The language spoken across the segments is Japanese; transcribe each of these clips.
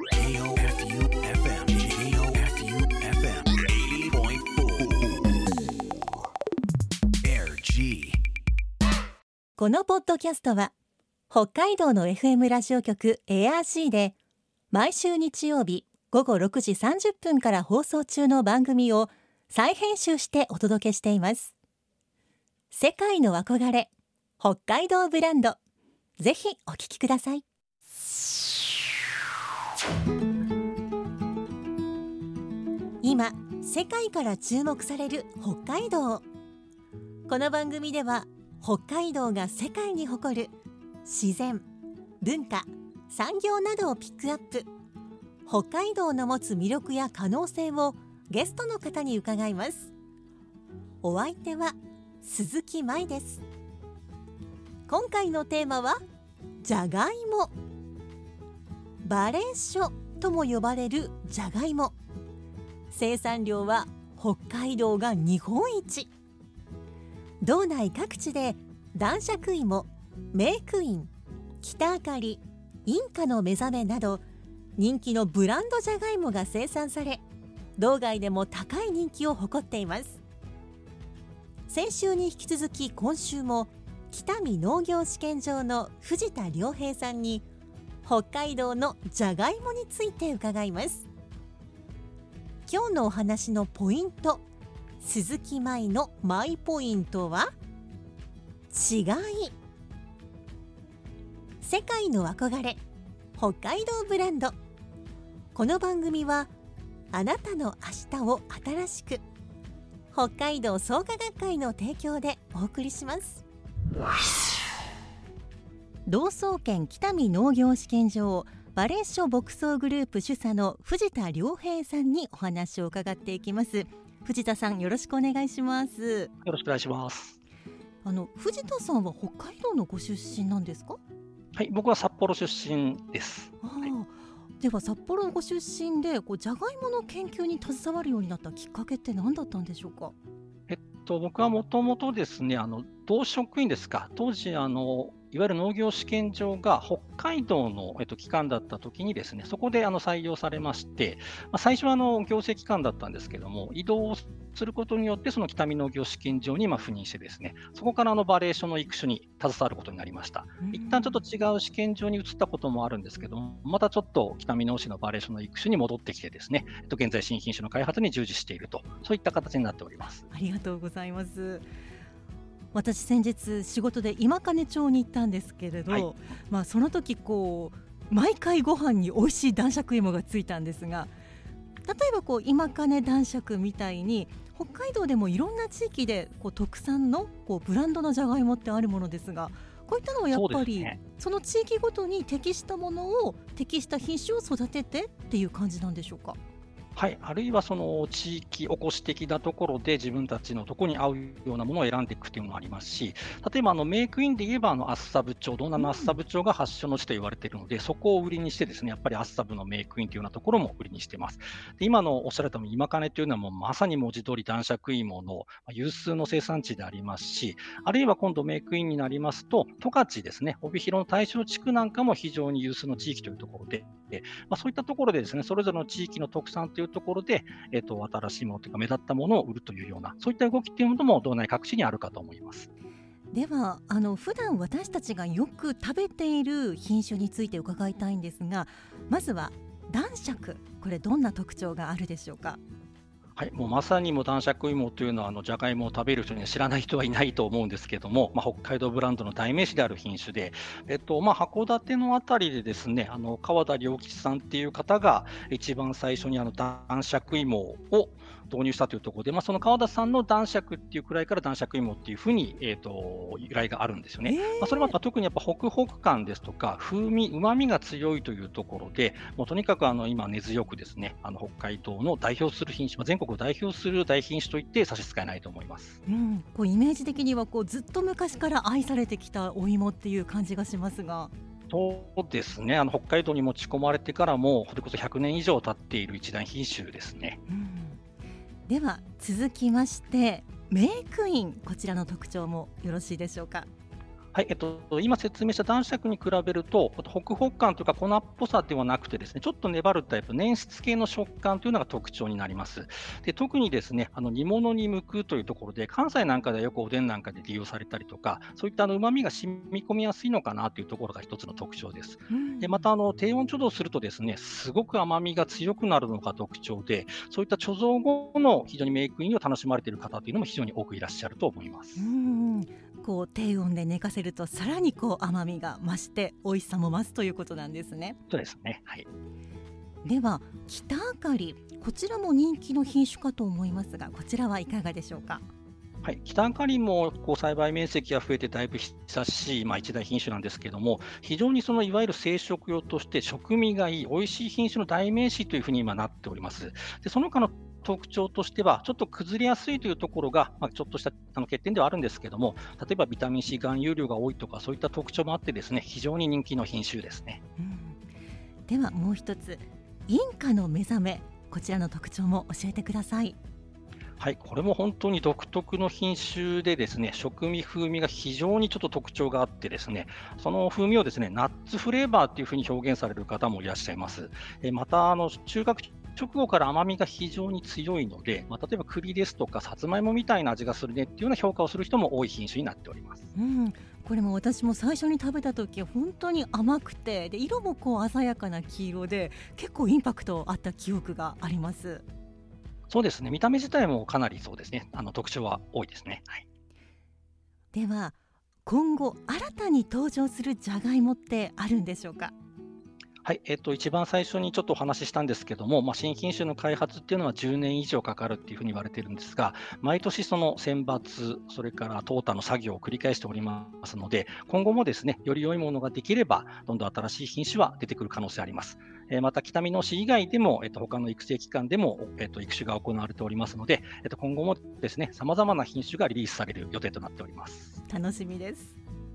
J-O-F-U-F-M 80.4 Air G。 このポッドキャストは北海道の FM ラジオ局 ARC で毎週日曜日午後6時30分から放送中の番組を再編集してお届けしています。世界の憧れ北海道ブランド、ぜひお聞きください。今世界から注目される北海道。この番組では北海道が世界に誇る自然、文化、産業などをピックアップ。北海道の持つ魅力や可能性をゲストの方に伺います。お相手は鈴木舞です。今回のテーマはじゃがいも。バレー書とも呼ばれるじゃがいも。生産量は北海道が日本一。道内各地で男爵芋、メークイン、北あかり、インカの目覚めなど人気のブランドじゃがいもが生産され、道外でも高い人気を誇っています。先週に引き続き今週も北見農業試験場の藤田良平さんに北海道のじゃがいもについて伺います。今日のお話のポイント、鈴木舞のマイポイントは違い。世界の憧れ北海道ブランド。この番組はあなたの明日を新しく、北海道創価学会の提供でお送りします。同窓県北見農業試験場バレッショ牧草グループ主査の藤田良平さんにお話を伺っていきます。藤田さん、よろしくお願いします。 よろしくお願いします。 藤田さんは北海道のご出身なんですか？ はい、僕は札幌出身です。 では札幌のご出身でじゃがいもの研究に携わるようになったきっかけって何だったんでしょうか？ 僕はもともとですね、同職員ですか、当時いわゆる農業試験場が北海道の、機関だった時にですね、そこで採用されまして、最初は行政機関だったんですけども、移動することによってその北見農業試験場に赴任してですね、そこからバレー書の育種に携わることになりました。一旦ちょっと違う試験場に移ったこともあるんですけども、またちょっと北見農市のバレー書の育種に戻ってきてですね、現在新品種の開発に従事していると、そういった形になっております。 ありがとうございます。私先日仕事で今金町に行ったんですけれど、その時毎回ご飯に美味しい男爵芋がついたんですが、例えば今金男爵みたいに北海道でもいろんな地域で特産のブランドのじゃがいもってあるものですが、こういったのはやっぱり その地域ごとに適したものを適した品種を育ててっていう感じなんでしょうか？ はい、あるいはその地域おこし的なところで自分たちのところに合うようなものを選んでいくというのもありますし、例えばメイクインで言えば厚沢部町、道南の厚沢部町が発祥の地と言われているので、そこを売りにしてですね、やっぱり厚沢部のメイクインというようなところも売りにしています。で、今のおっしゃられたように今金というのはもうまさに文字通り男爵芋の有数の生産地でありますし、あるいは今度メイクインになりますと十勝ですね、帯広の大正地区なんかも非常に有数の地域というところで、そういったところでですね、それぞれの地域の特産というところで、新しいものというか目立ったものを売るというような、そういった動きというものも道内各地にあるかと思います。 では普段私たちがよく食べている品種について伺いたいんですが、まずは男爵、これどんな特徴があるでしょうか？ はい、もうまさに男爵芋というのはじゃがいもを食べる人には知らない人はいないと思うんですけども、北海道ブランドの代名詞である品種で、函館のあたりでですね、川田良吉さんっていう方が一番最初に男爵芋を導入したというところで、その川田さんの男爵っていうくらいから男爵芋っていうふうに、由来があるんですよね。それは特にやっぱホクホク感ですとか風味、旨味が強いというところで、もうとにかく今根強くですね、北海道の代表する品種、全国を代表する大品種といって差し支えないと思います。 イメージ的にはずっと昔から愛されてきたお芋っていう感じがしますが。 そうですね、北海道に持ち込まれてからもそれこそ100年以上経っている一大品種ですね。 では続きましてメイクイン、こちらの特徴もよろしいでしょうか？ はい、今説明した男爵に比べると、ホクホク感というか粉っぽさではなくてですね、ちょっと粘るタイプ、粘質系の食感というのが特徴になります。で、特にですね、煮物に向くというところで、関西なんかではよくおでんなんかで利用されたりとか、そういった旨味が染み込みやすいのかなというところが一つの特徴です。 うで、まん。 た低温貯蔵するとですね、すごく甘みが強くなるのが特徴で、そういった貯蔵後の非常にメイクインを楽しまれている方というのも非常に多くいらっしゃると思いまうす。 ん。こう低温で寝かせるとさらにこう甘みが増して美味しさも増すということなんですね。 そうですね。はい。 では北あかり、こちらも人気の品種かと思いますが、こちらはいかがでしょうか？ はい、北あかりも栽培面積が増えてだいぶ久しい、一大品種なんですけども、非常にそのいわゆる生殖用として食味がいい、美味しい品種の代名詞というふうに今なっております。で、その他の特徴としては、ちょっと崩れやすいというところが、ちょっとした欠点ではあるんですけども、例えばビタミン C 含有量が多いとか、そういった特徴もあってですね、非常に人気の品種ですね。 うん。ではもう一つ、インカの目覚め、こちらの特徴も教えてください。 はい、これも本当に独特の品種でですね、食味、風味が非常にちょっと特徴があってですね、その風味をですね、ナッツフレーバーっていうふうに表現される方もいらっしゃいます。また、収穫直後から甘みが非常に強いので、例えば栗ですとかさつまいもみたいな味がするねっていうような評価をする人も多い品種になっております。 うん、これも私も最初に食べた時本当に甘くて、で色もこう鮮やかな黄色で結構インパクトあった記憶があります。 そうですね、見た目自体もかなりそうですね、特徴は多いですね。はい。 では今後新たに登場するじゃがいもってあるんでしょうか？ はい、一番最初にちょっとお話ししたんですけども、新品種の開発っていうのは10年以上かかるっていうふうに言われてるんですが、毎年その選抜、それから淘汰の作業を繰り返しておりますので、今後もですね、より良いものができれば、どんどん新しい品種は出てくる可能性あります。また、北見野市以外でも、他の育成機関でも、育種が行われておりますので、今後もですね、様々な品種がリリースされる予定となっております。 楽しみです。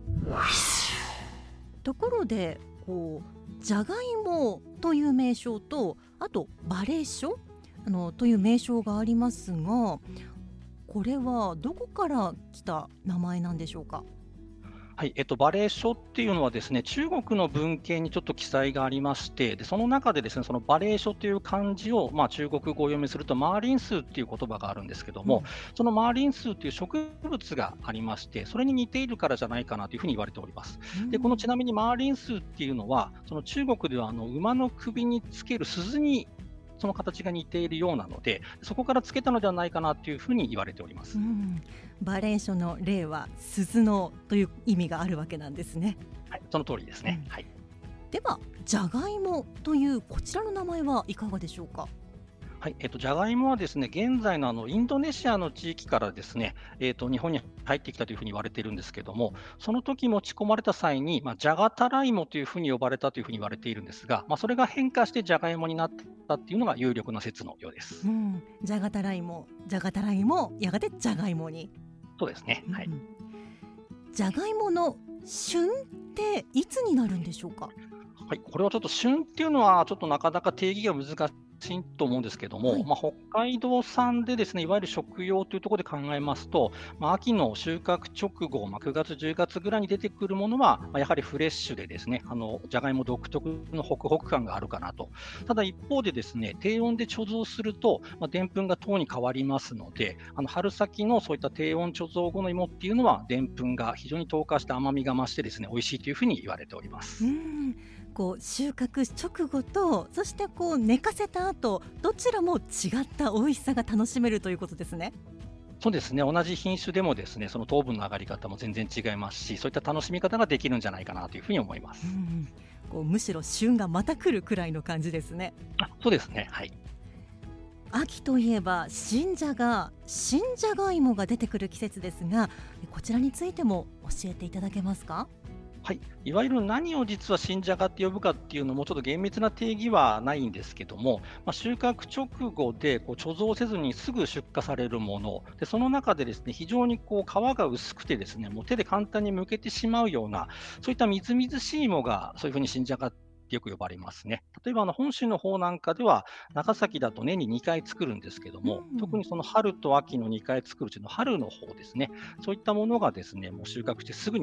ところでこうじゃがいもという名称と、あとバレー書という名称がありますが、これはどこから来た名前なんでしょうか？ はい、バレー書っていうのはですね、中国の文献にちょっと記載がありまして、で、その中でですね、そのバレー書という漢字を、中国語を読みするとマーリン数っていう言葉があるんですけども、 うん。 そのマーリン数っていう植物がありまして、それに似ているからじゃないかなというふうに言われております。で、このちなみにマーリン数っていうのは、その中国では馬の首につける鈴にその形が似ているようなので、そこからつけたのではないかなというふうに言われております。 うん、バレー書の例は鈴のという意味があるわけなんですね。 はい、その通りですね。 うん、 はい。 ではじゃがいもというこちらの名前はいかがでしょうか？ はい、じゃがいもはですね、現在のインドネシアの地域からですね、日本に入ってきたというふうに言われているんですけども、その時持ち込まれた際に、じゃがたらいもというふうに呼ばれたというふうに言われているんですが、それが変化してじゃがいもになったっていうのが有力な説のようです。 うん、じゃがたらいも、じゃがたらいもやがてじゃがいもに。 そうですね。はい。 うん、じゃがいもの旬っていつになるんでしょうか？ はい、これはちょっと旬っていうのは、ちょっとなかなか定義が難しいと思うんですけども、 はい。 北海道産でですね、いわゆる食用というところで考えますと、秋の収穫直後、9月、10月ぐらいに出てくるものは、やはりフレッシュでですね、じゃがいも独特のホクホク感があるかなと。ただ一方でですね、低温で貯蔵すると、でんぷんが糖に変わりますので、春先のそういった低温貯蔵後の芋っていうのは、でんぷんが非常に糖化して甘みが増してですね、美味しいというふうに言われておりまうす。 ん、こう収穫直後と、そしてこう寝かせた後、どちらも違った美味しさが楽しめるということですね。 そうですね、同じ品種でもですね、その糖分の上がり方も全然違いますし、そういった楽しみ方ができるんじゃないかなというふうに思います。 うん、こうむしろ旬がまた来るくらいの感じですね。 そうですね。はい。 秋といえば新じゃが、新じゃがいもが出てくる季節ですが、こちらについても教えていただけますか？ はい、いわゆる何を実は新じゃがって呼ぶかっていうのもちょっと厳密な定義はないんですけども、収穫直後で貯蔵せずにすぐ出荷されるもので、その中でですね非常に皮が薄くてですねもう手で簡単に剥けてしまうようなそういったみずみずしい芋がそういうふうに新じゃがってよく呼ばれますね。例えば本州の方なんかでは長崎だと年に2回作るんですけどうも、特ん。 にその春と秋の2回作るうちの春の方ですね、そういったものがですねもう収穫してすぐに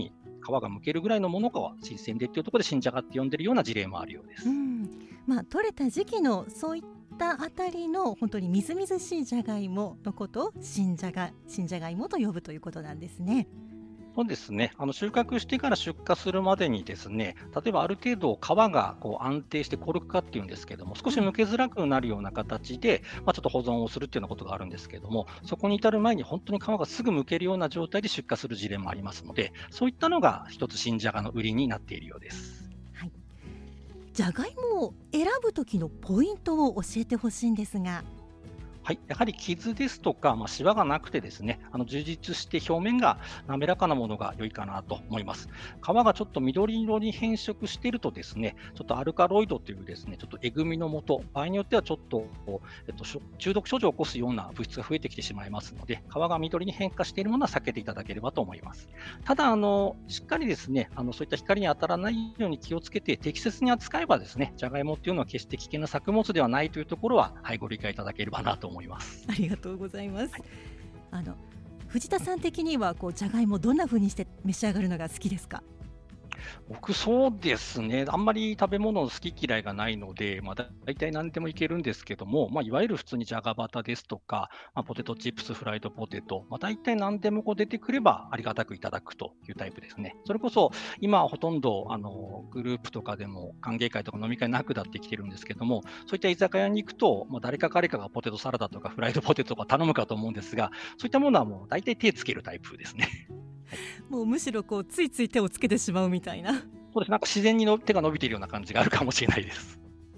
皮が剥けるぐらいのものが新鮮でっていうところで新じゃがって呼んでるような事例もあるようです。 取れた時期のそういったあたりの本当にみずみずしいじゃがいものことを新じゃがいもと呼ぶということなんですね。 そうですね。収穫してから出荷するまでにですね、例えばある程度皮が安定してコルク化っていうんですけども、少し剥けづらくなるような形で、ちょっと保存をするっていうようなことがあるんですけども、そこに至る前に本当に皮がすぐ剥けるような状態で出荷する事例もありますので、そういったのが一つ新じゃがの売りになっているようです。 はい。じゃがいもを選ぶ時のポイントを教えてほしいんですが。 はい、やはり傷ですとか、シワがなくてですね、充実して表面が滑らかなものが良いかなと思います。皮がちょっと緑色に変色しているとですね、ちょっとアルカロイドというですね、ちょっとえぐみのもと、場合によってはちょっと、中毒症状を起こすような物質が増えてきてしまいますので、皮が緑に変化しているものは避けていただければと思います。ただ、しっかりですね、そういった光に当たらないように気をつけて、適切に扱えばですね、じゃがいもっていうのは決して危険な作物ではないというところは、ご理解いただければなと思います。 ありがとうございます。藤田さん的にはじゃがいもどんな風にして召し上がるのが好きですか？ 僕そうですね、あんまり食べ物好き嫌いがないので、大体何でもいけるんですけども、いわゆる普通にじゃがバタですとか、ポテトチップス、フライドポテト、大体何でも出てくればありがたくいただくというタイプですね。それこそ今はほとんどグループとかでも歓迎会とか飲み会なくなってきてるんですけども、そういった居酒屋に行くと、誰か彼かがポテトサラダとかフライドポテトとか頼むかと思うんですが、そういったものはもう大体手つけるタイプですね。 もうむしろついつい手をつけてしまうみたいな。 そうです。なんか自然に手が伸びているような感じがあるかもしれないです。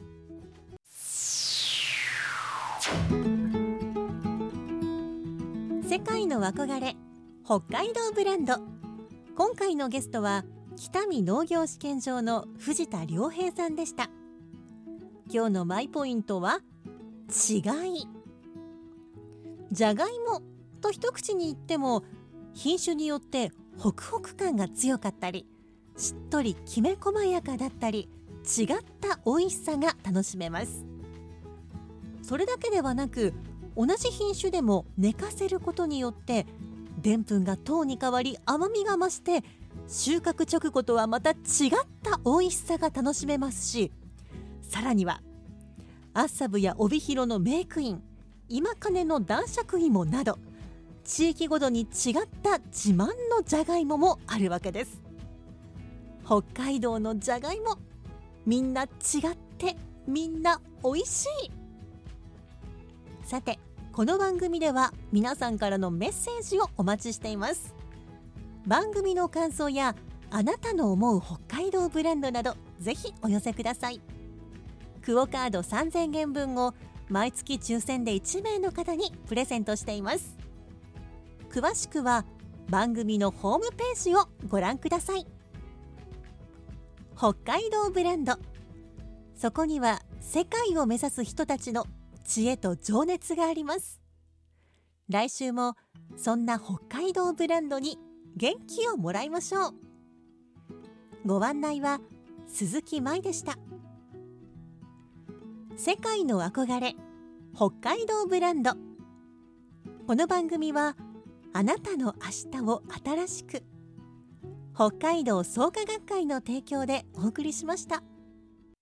世界の憧れ北海道ブランド。今回のゲストは北見農業試験場の藤田良平さんでした。今日のマイポイントは違い。じゃがいもと一口に言っても品種によってホクホク感が強かったり、しっとりきめ細やかだったり、違った美味しさが楽しめます。それだけではなく、同じ品種でも寝かせることによってでんぷんが糖に変わり甘みが増して、収穫直後とはまた違った美味しさが楽しめますし、さらにはアッサブや帯広のメークイン、今金の男爵芋など、地域ごとに違った自慢のじゃがいももあるわけです。北海道のじゃがいも、みんな違ってみんな美味しい。さて、この番組では皆さんからのメッセージをお待ちしています。番組の感想やあなたの思う北海道ブランドなど、ぜひお寄せください。クオカード3000円分を毎月抽選で1名の方にプレゼントしています。詳しくは番組のホームページをご覧ください。北海道ブランド、そこには世界を目指す人たちの知恵と情熱があります。来週もそんな北海道ブランドに元気をもらいましょう。ご案内は鈴木舞でした。世界の憧れ北海道ブランド。この番組はあなたの明日を新しく、北海道創価学会の提供でお送りしました。